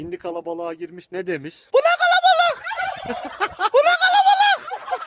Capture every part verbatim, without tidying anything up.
Hindi kalabalığa girmiş ne demiş? Bu ne kalabalık? Bu ne kalabalık?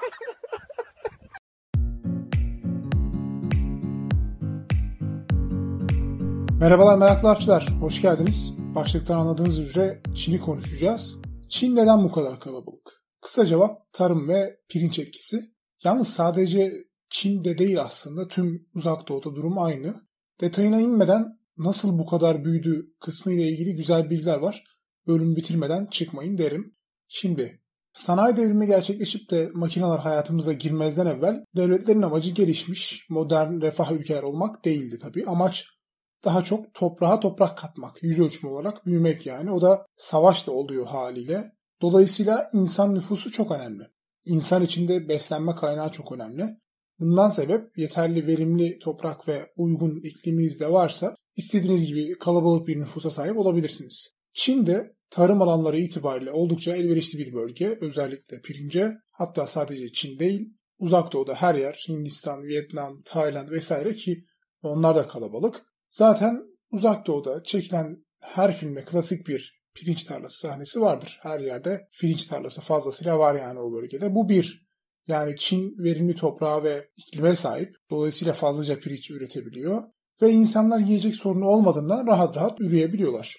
Merhabalar meraklı avcılar, hoş geldiniz. Başlıktan anladığınız üzere Çin'i konuşacağız. Çin neden bu kadar kalabalık? Kısa cevap tarım ve pirinç etkisi. Yalnız sadece Çin'de değil aslında tüm uzak doğuda durum aynı. Detayına inmeden nasıl bu kadar büyüdü kısmı ile ilgili güzel bilgiler var. Bölümü bitirmeden çıkmayın derim. Şimdi sanayi devrimi gerçekleşip de makineler hayatımıza girmezden evvel devletlerin amacı gelişmiş, modern, refah ülkeler olmak değildi tabii. Amaç daha çok toprağa toprak katmak, yüz ölçümü olarak büyümek yani. O da savaş da oluyor haliyle. Dolayısıyla insan nüfusu çok önemli. İnsan için de beslenme kaynağı çok önemli. Bundan sebep yeterli verimli toprak ve uygun ikliminiz de varsa istediğiniz gibi kalabalık bir nüfusa sahip olabilirsiniz. Çin de tarım alanları itibariyle oldukça elverişli bir bölge. Özellikle pirince, hatta sadece Çin değil, uzak doğuda her yer, Hindistan, Vietnam, Tayland vesaire ki onlar da kalabalık. Zaten uzak doğuda çekilen her filmde klasik bir pirinç tarlası sahnesi vardır. Her yerde pirinç tarlası fazlasıyla var yani o bölgede. Bu bir. Yani Çin verimli toprağa ve iklime sahip. Dolayısıyla fazlaca pirinç üretebiliyor. Ve insanlar yiyecek sorunu olmadığından rahat rahat üreyebiliyorlar.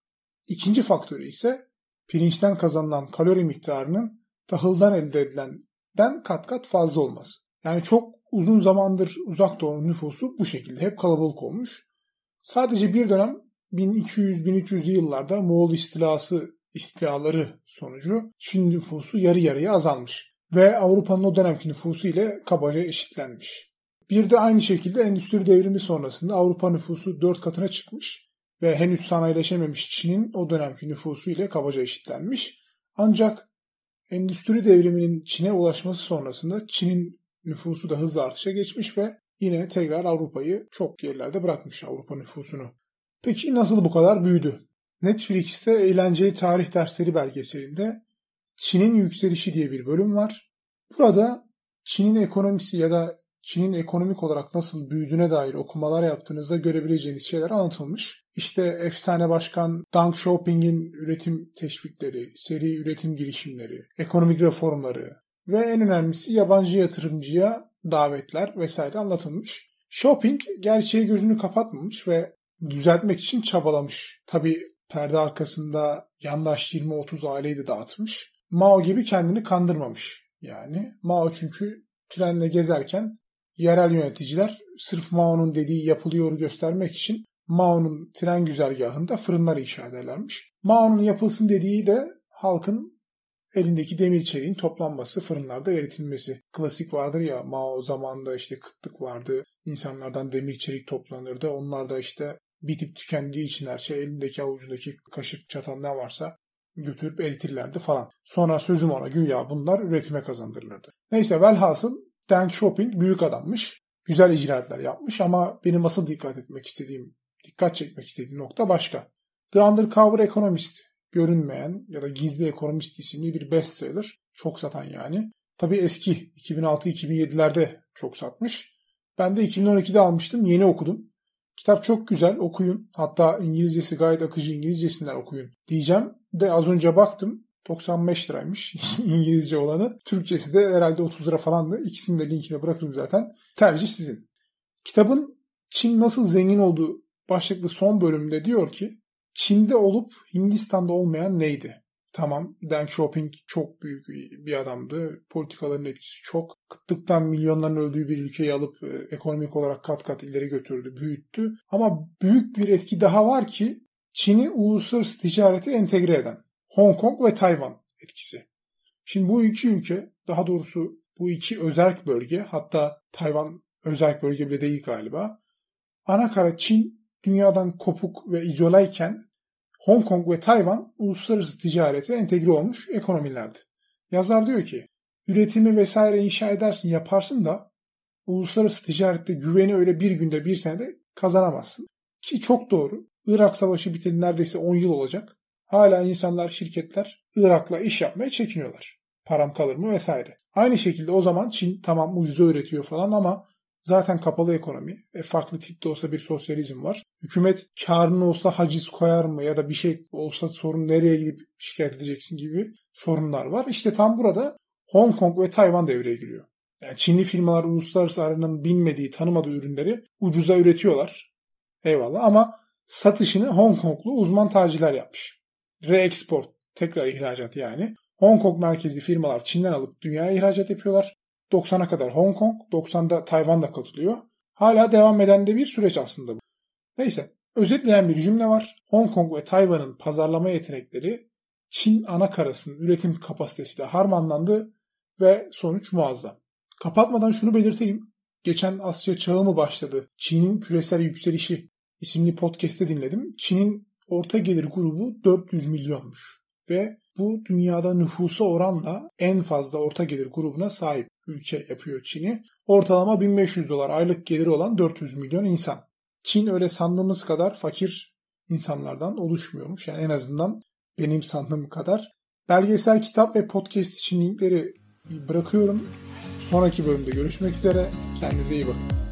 İkinci faktörü ise pirinçten kazanılan kalori miktarının tahıldan elde edilenden kat kat fazla olması. Yani çok uzun zamandır uzak doğunun nüfusu bu şekilde hep kalabalık olmuş. Sadece bir dönem bin iki yüz bin üç yüzlü yıllarda Moğol istilası istilaları sonucu Çin nüfusu yarı yarıya azalmış ve Avrupa'nın o dönemki nüfusu ile kabaca eşitlenmiş. Bir de aynı şekilde endüstri devrimi sonrasında Avrupa nüfusu dört katına çıkmış ve henüz sanayileşememiş Çin'in o dönemki nüfusu ile kabaca eşitlenmiş. Ancak endüstri devriminin Çin'e ulaşması sonrasında Çin'in nüfusu da hızla artışa geçmiş ve yine tekrar Avrupa'yı çok gerilerde bırakmış, Avrupa nüfusunu. Peki nasıl bu kadar büyüdü? Netflix'te Eğlenceli Tarih Dersleri belgeselinde Çin'in Yükselişi diye bir bölüm var. Burada Çin'in ekonomisi ya da Çin'in ekonomik olarak nasıl büyüdüğüne dair okumalar yaptığınızda görebileceğiniz şeyler anlatılmış. İşte efsane başkan Deng Xiaoping'in üretim teşvikleri, seri üretim girişimleri, ekonomik reformları ve en önemlisi yabancı yatırımcıya davetler vesaire anlatılmış. Xiaoping gerçeğe gözünü kapatmamış ve düzeltmek için çabalamış. Tabii perde arkasında yandaş yirmi otuz aileyi de dağıtmış. Mao gibi kendini kandırmamış yani. Mao çünkü trenle gezerken yerel yöneticiler sırf Mao'nun dediği yapılıyor göstermek için Mao'nun tren güzergahında fırınlar inşa ederlermiş. Mao'nun yapılsın dediği de halkın elindeki demir çeliğin toplanması, fırınlarda eritilmesi. Klasik vardır ya, Mao zamanında işte kıtlık vardı. İnsanlardan demir çelik toplanırdı. Onlar da işte bitip tükendiği için her şey elindeki avucundaki kaşık çatal ne varsa götürüp eritirlerdi falan. Sonra sözüm ona güya bunlar üretime kazandırılırdı. Neyse velhasıl Deng Xiaoping büyük adammış. Güzel icraatlar yapmış ama benim asıl dikkat etmek istediğim, dikkat çekmek istediğim nokta başka. The Undercover Economist, görünmeyen ya da gizli ekonomist isimli bir bestseller. Çok satan yani. Tabii eski iki bin altı iki bin yedilerde çok satmış. Ben de iki bin on ikide almıştım. Yeni okudum. Kitap çok güzel. Okuyun. Hatta İngilizcesi gayet akıcı, İngilizcesinden okuyun diyeceğim. De az önce baktım. doksan beş liraymış İngilizce olanı. Türkçesi de herhalde otuz lira falandı. İkisini de linkine bırakırım zaten. Tercih sizin. Kitabın Çin nasıl zengin olduğu başlıklı son bölümünde diyor ki Çin'de olup Hindistan'da olmayan neydi? Tamam, Deng Xiaoping çok büyük bir adamdı. Politikaların etkisi çok. Kıtlıktan milyonların öldüğü bir ülkeyi alıp e, ekonomik olarak kat kat ileri götürdü, büyüttü. Ama büyük bir etki daha var ki Çin'i uluslararası ticarete entegre eden Hong Kong ve Tayvan etkisi. Şimdi bu iki ülke, daha doğrusu bu iki özerk bölge, hatta Tayvan özerk bölge bile değil galiba. Anakara Çin dünyadan kopuk ve izolayken Hong Kong ve Tayvan uluslararası ticarete entegre olmuş ekonomilerdi. Yazar diyor ki, üretimi vesaire inşa edersin, yaparsın da uluslararası ticarette güveni öyle bir günde bir senede kazanamazsın. Ki çok doğru. Irak Savaşı biteli neredeyse on yıl olacak. Hala insanlar, şirketler Irak'la iş yapmaya çekiniyorlar. Param kalır mı vesaire. Aynı şekilde o zaman Çin tamam ucuza üretiyor falan ama Zaten kapalı ekonomi. E, farklı tipte olsa bir sosyalizm var. Hükümet karını olsa haciz koyar mı ya da bir şey olsa sorun nereye gidip şikayet edeceksin gibi sorunlar var. İşte tam burada Hong Kong ve Tayvan devreye giriyor. Yani Çinli firmalar uluslararası aranın bilmediği, tanımadığı ürünleri ucuza üretiyorlar. Eyvallah ama satışını Hong Konglu uzman tacirler yapmış. Re-export, tekrar ihracat yani. Hong Kong merkezli firmalar Çin'den alıp dünyaya ihracat yapıyorlar. doksana kadar Hong Kong, doksanda Tayvan da katılıyor. Hala devam eden de bir süreç aslında bu. Neyse, özetleyen bir cümle var. Hong Kong ve Tayvan'ın pazarlama yetenekleri Çin anakarasının üretim kapasitesiyle harmanlandı ve sonuç muazzam. Kapatmadan şunu belirteyim. Geçen Asya Çağı mı başladı? Çin'in küresel yükselişi isimli podcast'te dinledim. Çin'in orta gelir grubu dört yüz milyonmuş. Ve bu dünyada nüfusa oranla en fazla orta gelir grubuna sahip ülke yapıyor Çin'i. Ortalama bin beş yüz dolar aylık geliri olan dört yüz milyon insan. Çin öyle sandığımız kadar fakir insanlardan oluşmuyormuş. Yani en azından benim sandığım kadar. Belgesel, kitap ve podcast için linkleri bırakıyorum. Sonraki bölümde görüşmek üzere. Kendinize iyi bakın.